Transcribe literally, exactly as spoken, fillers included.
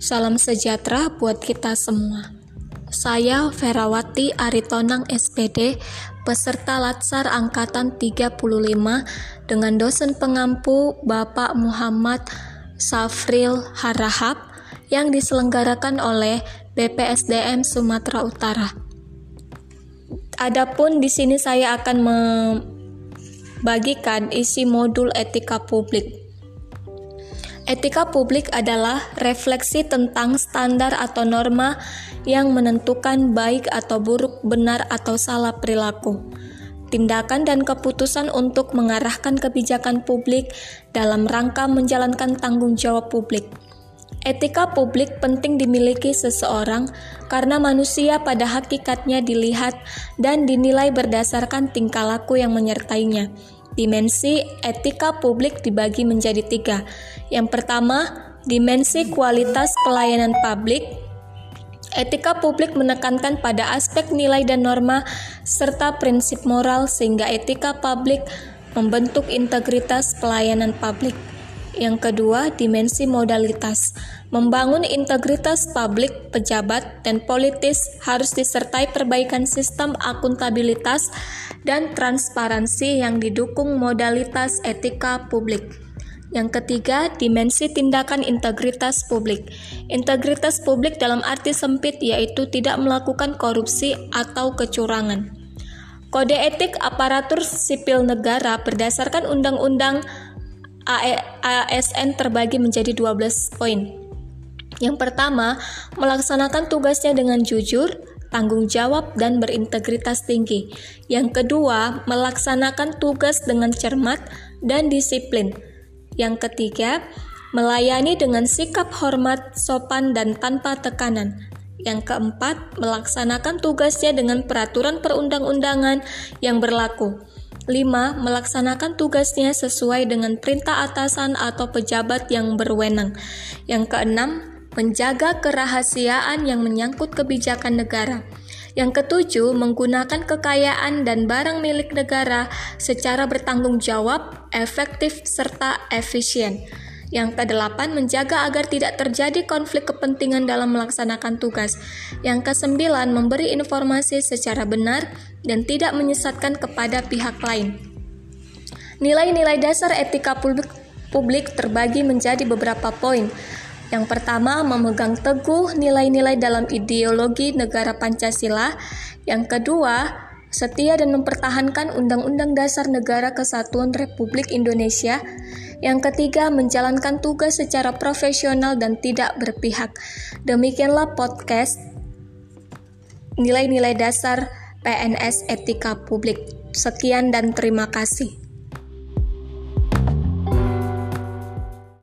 Salam sejahtera buat kita semua. Saya Ferawati Aritonang S P D, peserta Latsar Angkatan tiga puluh lima dengan dosen pengampu Bapak Muhammad Safril Harahap yang diselenggarakan oleh B P S D M Sumatera Utara. Adapun di sini saya akan membagikan isi modul etika publik. Etika publik adalah refleksi tentang standar atau norma yang menentukan baik atau buruk, benar atau salah perilaku, tindakan dan keputusan untuk mengarahkan kebijakan publik dalam rangka menjalankan tanggung jawab publik. Etika publik penting dimiliki seseorang karena manusia pada hakikatnya dilihat dan dinilai berdasarkan tingkah laku yang menyertainya. Dimensi etika publik dibagi menjadi tiga. Yang pertama, dimensi kualitas pelayanan publik. Etika publik menekankan pada aspek nilai dan norma serta prinsip moral sehingga etika publik membentuk integritas pelayanan publik. Yang kedua, dimensi modalitas. Membangun integritas publik, pejabat, dan politis harus disertai perbaikan sistem akuntabilitas dan transparansi yang didukung modalitas etika publik. Yang ketiga, dimensi tindakan integritas publik. Integritas publik dalam arti sempit yaitu tidak melakukan korupsi atau kecurangan. Kode etik aparatur sipil negara berdasarkan Undang-Undang A S N terbagi menjadi dua belas poin. Yang pertama, melaksanakan tugasnya dengan jujur, tanggung jawab, dan berintegritas tinggi. Yang kedua, melaksanakan tugas dengan cermat dan disiplin. Yang ketiga, melayani dengan sikap hormat, sopan, dan tanpa tekanan. Yang keempat, melaksanakan tugasnya dengan peraturan perundang-undangan yang berlaku. lima. Melaksanakan tugasnya sesuai dengan perintah atasan atau pejabat yang berwenang. Yang keenam, menjaga kerahasiaan yang menyangkut kebijakan negara. Yang ketujuh, menggunakan kekayaan dan barang milik negara secara bertanggung jawab, efektif, serta efisien. Yang kedelapan, menjaga agar tidak terjadi konflik kepentingan dalam melaksanakan tugas. Yang kesembilan, memberi informasi secara benar dan tidak menyesatkan kepada pihak lain. Nilai-nilai dasar etika publik, publik terbagi menjadi beberapa poin. Yang pertama, memegang teguh nilai-nilai dalam ideologi negara Pancasila. Yang kedua, setia dan mempertahankan Undang-Undang Dasar Negara Kesatuan Republik Indonesia. Yang ketiga, menjalankan tugas secara profesional dan tidak berpihak. Demikianlah podcast nilai-nilai dasar P N S Etika Publik. Sekian dan terima kasih.